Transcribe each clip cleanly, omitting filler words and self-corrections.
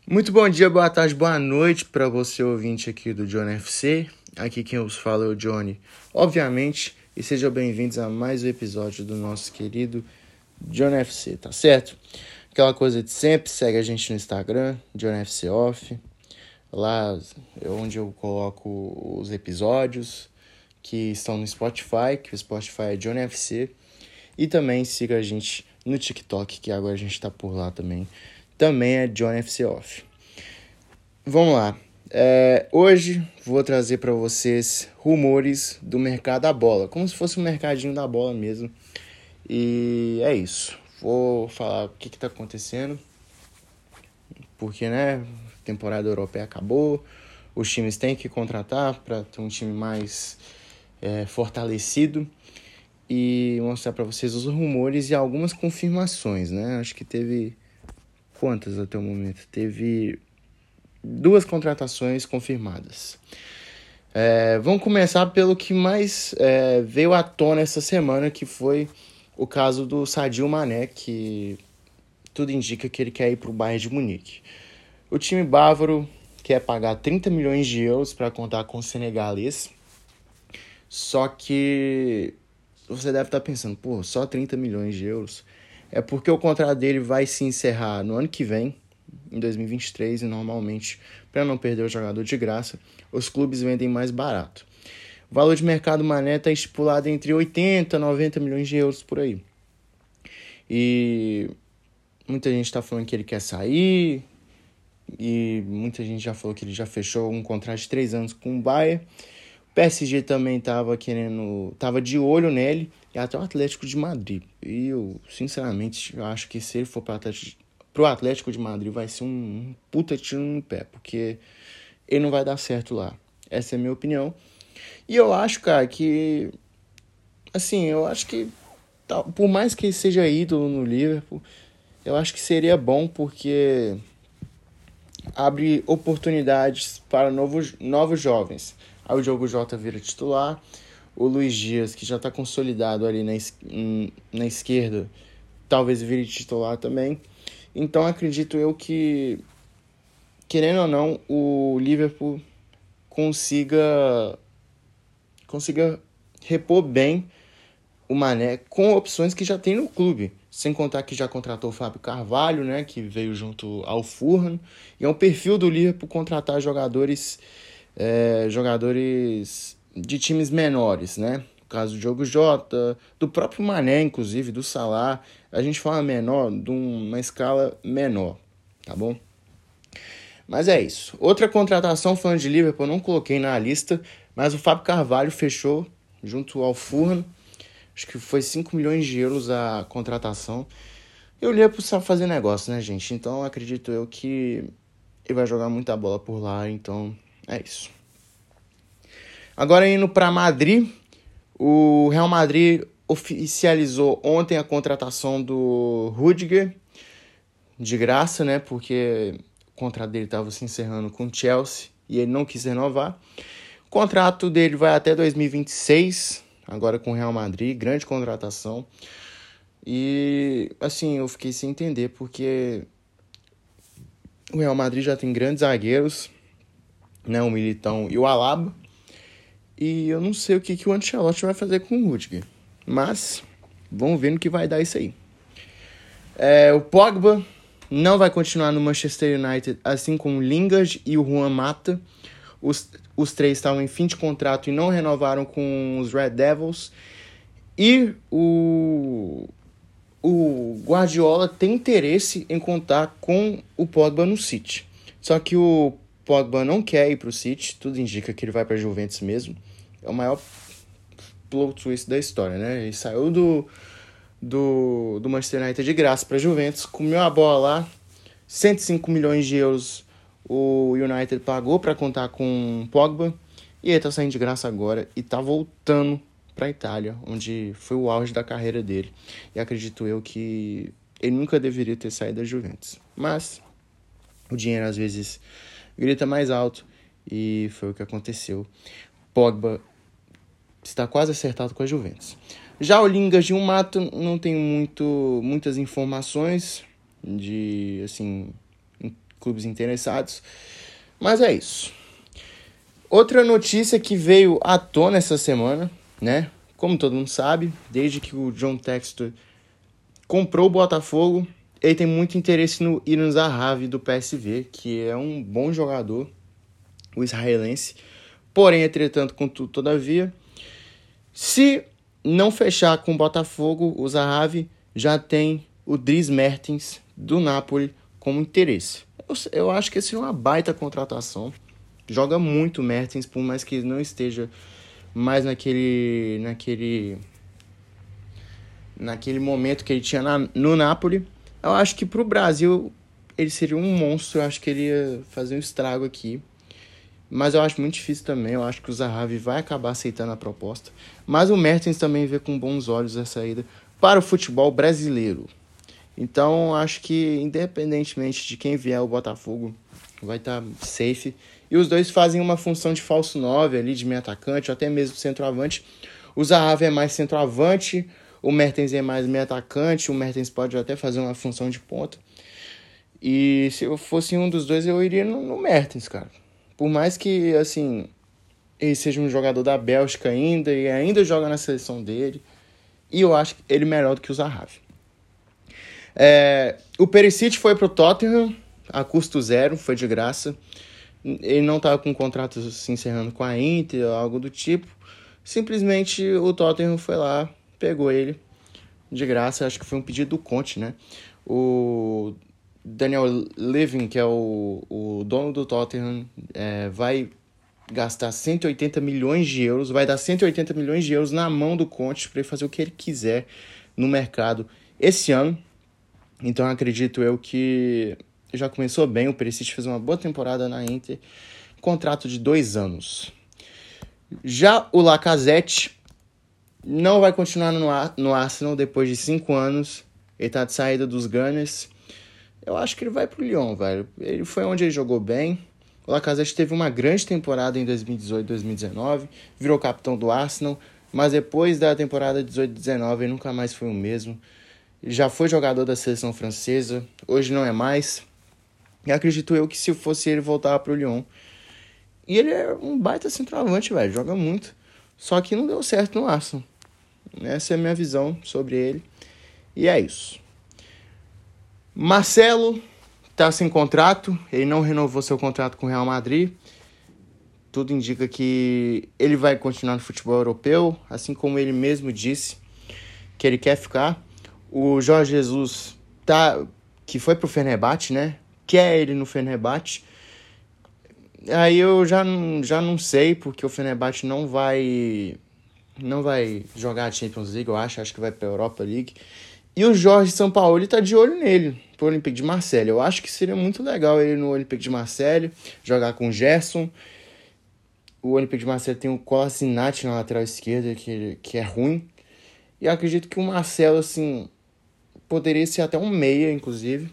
Muito bom dia, boa tarde, boa noite para você ouvinte aqui do Johnny FC. Aqui quem vos fala é o Johnny, obviamente, e sejam bem-vindos a mais um episódio do nosso querido Johnny FC, tá certo? Aquela coisa de sempre, segue a gente no Instagram, Johnny FC Off. Lá é onde eu coloco os episódios que estão no Spotify, que o Spotify é Johnny FC. E também siga a gente no TikTok, que agora a gente tá por lá também. Também é Johnny FC Off. Vamos lá. Hoje vou trazer para vocês rumores do mercado da bola, como se fosse um mercadinho da bola mesmo. E é isso. Vou falar o que tá acontecendo, porque, né, a temporada europeia acabou, os times têm que contratar para ter um time mais fortalecido. E mostrar para vocês os rumores e algumas confirmações, né? Acho que teve... Quantas até o momento? Teve 2 contratações confirmadas. Vamos começar pelo que mais veio à tona essa semana, que foi o caso do Sadio Mané, que tudo indica que ele quer ir para o Bayern de Munique. O time bávaro quer pagar 30 milhões de euros para contar com o senegalês, só que você deve estar pensando, pô, só 30 milhões de euros? É porque o contrato dele vai se encerrar no ano que vem, em 2023, e normalmente, para não perder o jogador de graça, os clubes vendem mais barato. O valor de mercado Mané está estipulado entre 80 e 90 milhões de euros por aí. E muita gente está falando que ele quer sair, e muita gente já falou que ele já fechou um contrato de 3 anos com o Bayern. O PSG também tava de olho nele, e até o Atlético de Madrid. E eu, sinceramente, eu acho que se ele for pro Atlético de Madrid, vai ser um puta tiro no pé, porque ele não vai dar certo lá. Essa é a minha opinião. E eu acho, cara, que... Assim, eu acho que, por mais que ele seja ídolo no Liverpool, eu acho que seria bom, porque abre oportunidades para novos jovens. Aí o Diogo Jota vira titular, o Luiz Dias, que já está consolidado ali na esquerda, talvez vire titular também. Então acredito eu que, querendo ou não, o Liverpool consiga repor bem o Mané com opções que já tem no clube. Sem contar que já contratou o Fábio Carvalho, né, que veio junto ao Fulham. E é um perfil do Liverpool contratar jogadores de times menores, né? No caso do Diogo Jota, do próprio Mané, inclusive, do Salah. A gente fala menor, de uma escala menor, tá bom? Mas é isso. Outra contratação falando de Liverpool, eu não coloquei na lista, mas o Fábio Carvalho fechou junto ao Fulham. Acho que foi 5 milhões de euros a contratação. E o Liverpool sabe fazer negócio, né, gente? Então acredito eu que ele vai jogar muita bola por lá, então é isso. Agora indo para Madrid, o Real Madrid oficializou ontem a contratação do Rudiger, de graça, né? Porque o contrato dele estava se encerrando com o Chelsea e ele não quis renovar. O contrato dele vai até 2026, agora com o Real Madrid, grande contratação. E, assim, eu fiquei sem entender, porque o Real Madrid já tem grandes zagueiros, né? O Militão e o Alaba. E eu não sei o que o Ancelotti vai fazer com o Rudiger. Mas vamos ver no que vai dar isso aí. O Pogba não vai continuar no Manchester United, assim como o Lingard e o Juan Mata. Os 3 estavam em fim de contrato e não renovaram com os Red Devils. E o Guardiola tem interesse em contar com o Pogba no City. Só que o Pogba não quer ir para o City, tudo indica que ele vai para a Juventus mesmo. É o maior plot twist da história, né? Ele saiu do Manchester United de graça para a Juventus, comeu a bola lá, 105 milhões de euros o United pagou para contar com o Pogba, e ele tá saindo de graça agora e tá voltando para a Itália, onde foi o auge da carreira dele. E acredito eu que ele nunca deveria ter saído da Juventus. Mas o dinheiro às vezes grita mais alto, e foi o que aconteceu. Pogba está quase acertado com a Juventus. Já o Lingard e o Mata não tem muitas informações de, assim, clubes interessados. Mas é isso. Outra notícia que veio à tona essa semana, né? Como todo mundo sabe, desde que o John Textor comprou o Botafogo, ele tem muito interesse no Irã Zahavi do PSV, que é um bom jogador, o israelense. Porém, entretanto, contudo, todavia, se não fechar com o Botafogo, o Zahavi já tem o Dries Mertens do Napoli como interesse. Eu acho que esse é uma baita contratação. Joga muito Mertens, por mais que ele não esteja mais naquele momento que ele tinha no Napoli. Eu acho que pro Brasil ele seria um monstro. Eu acho que ele ia fazer um estrago aqui. Mas eu acho muito difícil também. Eu acho que o Zahavi vai acabar aceitando a proposta. Mas o Mertens também vê com bons olhos a saída para o futebol brasileiro. Então, acho que independentemente de quem vier o Botafogo, vai estar safe. E os dois fazem uma função de falso 9 ali, de meio atacante, ou até mesmo centroavante. O Zahavi é mais centroavante, o Mertens é mais meio atacante, o Mertens pode até fazer uma função de ponta. E se eu fosse um dos dois, eu iria no Mertens, cara. Por mais que, assim, ele seja um jogador da Bélgica ainda, e ainda joga na seleção dele, e eu acho ele melhor do que o Zahavi. O Perisic foi pro Tottenham, a custo zero, foi de graça. Ele não estava com um contrato se encerrando com a Inter ou algo do tipo. Simplesmente o Tottenham foi lá, pegou ele de graça. Acho que foi um pedido do Conte, né? O Daniel Levin, que é o dono do Tottenham, vai gastar 180 milhões de euros. Vai dar 180 milhões de euros na mão do Conte para ele fazer o que ele quiser no mercado esse ano. Então acredito eu que já começou bem. O Perisic fez uma boa temporada na Inter. Contrato de 2 anos. Já o Lacazette não vai continuar no Arsenal depois de 5 anos. Ele tá de saída dos Gunners. Eu acho que ele vai pro Lyon, velho. Ele foi onde ele jogou bem. O Lacazette teve uma grande temporada em 2018, 2019. Virou capitão do Arsenal. Mas depois da temporada 18-19 ele nunca mais foi o mesmo. Ele já foi jogador da seleção francesa. Hoje não é mais. E acredito eu que se fosse ele voltar pro Lyon. E ele é um baita centroavante, velho. Joga muito. Só que não deu certo no Arsenal. Essa é a minha visão sobre ele. E é isso. Marcelo tá sem contrato. Ele não renovou seu contrato com o Real Madrid. Tudo indica que ele vai continuar no futebol europeu. Assim como ele mesmo disse que ele quer ficar. O Jorge Jesus, que foi pro Fenerbahçe, né? Quer ele no Fenerbahçe. Aí eu já não sei, porque o Fenerbahçe não vai jogar a Champions League, eu acho que vai pra Europa League. E o Jorge Sampaoli tá de olho nele, pro Olympique de Marseille. Eu acho que seria muito legal ele no Olympique de Marseille, jogar com o Gerson. O Olympique de Marseille tem o Kolasinac na lateral esquerda, que é ruim. E eu acredito que o Marcelo, assim, poderia ser até um meia, inclusive.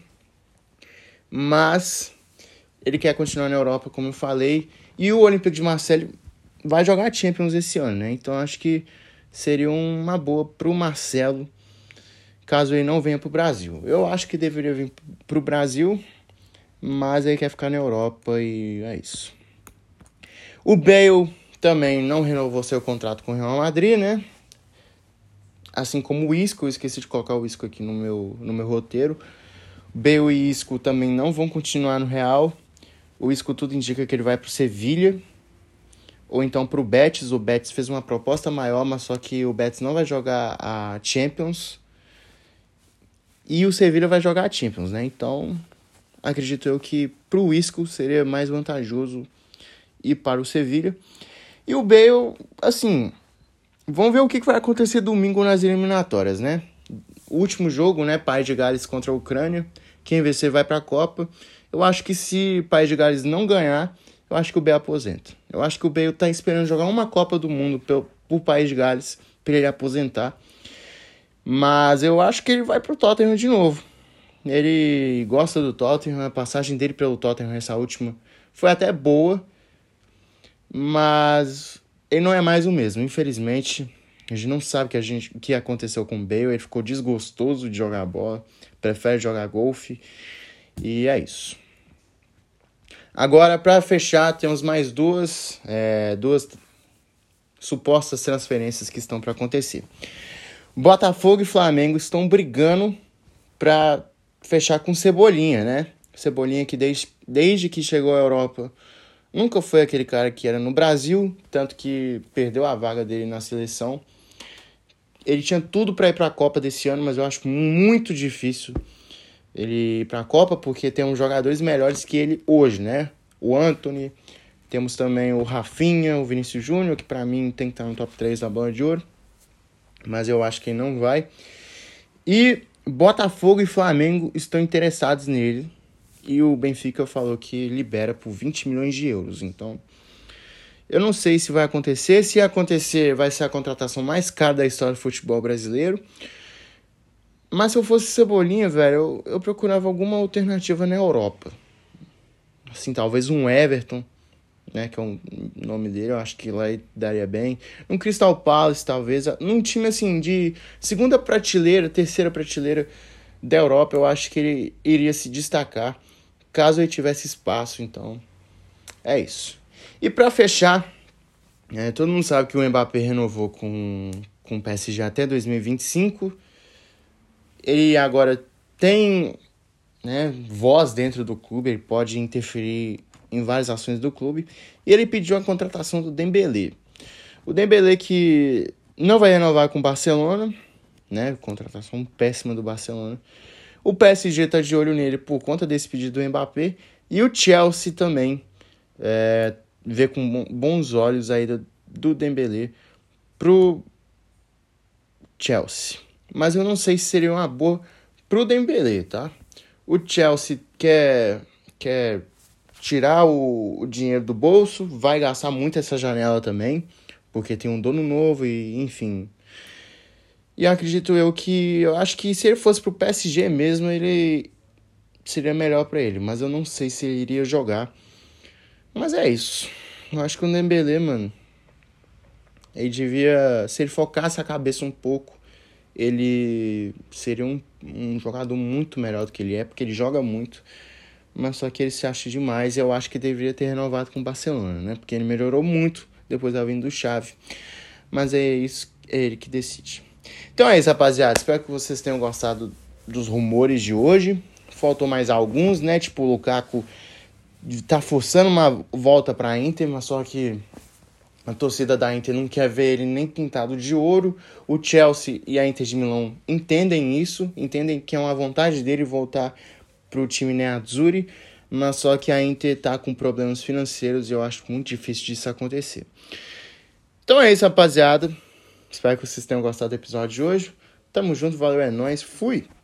Mas ele quer continuar na Europa, como eu falei. E o Olympique de Marseille vai jogar Champions esse ano, né? Então acho que seria uma boa pro Marcelo, caso ele não venha pro Brasil. Eu acho que deveria vir pro Brasil, mas ele quer ficar na Europa e é isso. O Bale também não renovou seu contrato com o Real Madrid, né? Assim como o Isco, eu esqueci de colocar o Isco aqui no meu roteiro. Bale e Isco também não vão continuar no Real. O Isco tudo indica que ele vai pro Sevilha. Ou então pro Betis. O Betis fez uma proposta maior, mas só que o Betis não vai jogar a Champions. E o Sevilha vai jogar a Champions, né? Então, acredito eu que pro Isco seria mais vantajoso ir para o Sevilha. E o Bale, assim, vamos ver o que vai acontecer domingo nas eliminatórias, né? O último jogo, né? País de Gales contra a Ucrânia. Quem vencer vai para a Copa. Eu acho que se País de Gales não ganhar, eu acho que o Bale aposenta. Eu acho que o Bale tá esperando jogar uma Copa do Mundo por País de Gales para ele aposentar. Mas eu acho que ele vai pro Tottenham de novo. Ele gosta do Tottenham. A passagem dele pelo Tottenham, essa última, foi até boa. Mas ele não é mais o mesmo, infelizmente. A gente não sabe o que aconteceu com o Bale. Ele ficou desgostoso de jogar bola, prefere jogar golfe. E é isso. Agora, para fechar, temos mais duas supostas transferências que estão para acontecer. Botafogo e Flamengo estão brigando para fechar com Cebolinha, né? Cebolinha que desde que chegou à Europa nunca foi aquele cara que era no Brasil, tanto que perdeu a vaga dele na seleção. Ele tinha tudo para ir para a Copa desse ano, mas eu acho muito difícil ele ir para a Copa, porque temos jogadores melhores que ele hoje, né? O Antony, temos também o Rafinha, o Vinícius Júnior, que para mim tem que estar no top 3 da Bola de Ouro, mas eu acho que ele não vai. E Botafogo e Flamengo estão interessados nele, e o Benfica falou que libera por 20 milhões de euros, então eu não sei se vai acontecer. Se acontecer, vai ser a contratação mais cara da história do futebol brasileiro. Mas se eu fosse Cebolinha, velho, eu procurava alguma alternativa na Europa. Assim, talvez um Everton, né, que é o nome dele, eu acho que lá daria bem. Um Crystal Palace, talvez. Num time, assim, de segunda prateleira, terceira prateleira da Europa, eu acho que ele iria se destacar, caso ele tivesse espaço. Então, é isso. E para fechar, todo mundo sabe que o Mbappé renovou com o PSG até 2025. Ele agora tem, né, voz dentro do clube, ele pode interferir em várias ações do clube. E ele pediu a contratação do Dembélé. O Dembélé que não vai renovar com o Barcelona, né, contratação péssima do Barcelona. O PSG está de olho nele por conta desse pedido do Mbappé. E o Chelsea também vê com bons olhos a ida do Dembélé pro Chelsea. Mas eu não sei se seria uma boa pro Dembélé, tá? O Chelsea quer tirar o dinheiro do bolso, vai gastar muito essa janela também, porque tem um dono novo e enfim. E acredito eu acho que se ele fosse pro PSG mesmo, ele seria melhor para ele, mas eu não sei se ele iria jogar. Mas é isso. Eu acho que o Dembélé, mano, ele devia, se ele focasse a cabeça um pouco, ele seria um jogador muito melhor do que ele é, porque ele joga muito, mas só que ele se acha demais, e eu acho que deveria ter renovado com o Barcelona, né? Porque ele melhorou muito depois da vinda do Xavi. Mas é isso, é ele que decide. Então é isso, rapaziada. Espero que vocês tenham gostado dos rumores de hoje. Faltou mais alguns, né? Tipo, o Lukaku tá forçando uma volta pra Inter, mas só que a torcida da Inter não quer ver ele nem pintado de ouro. O Chelsea e a Inter de Milão entendem isso, entendem que é uma vontade dele voltar pro time nerazzurri, mas só que a Inter tá com problemas financeiros e eu acho muito difícil disso acontecer. Então é isso, rapaziada. Espero que vocês tenham gostado do episódio de hoje. Tamo junto, valeu, é nóis, fui!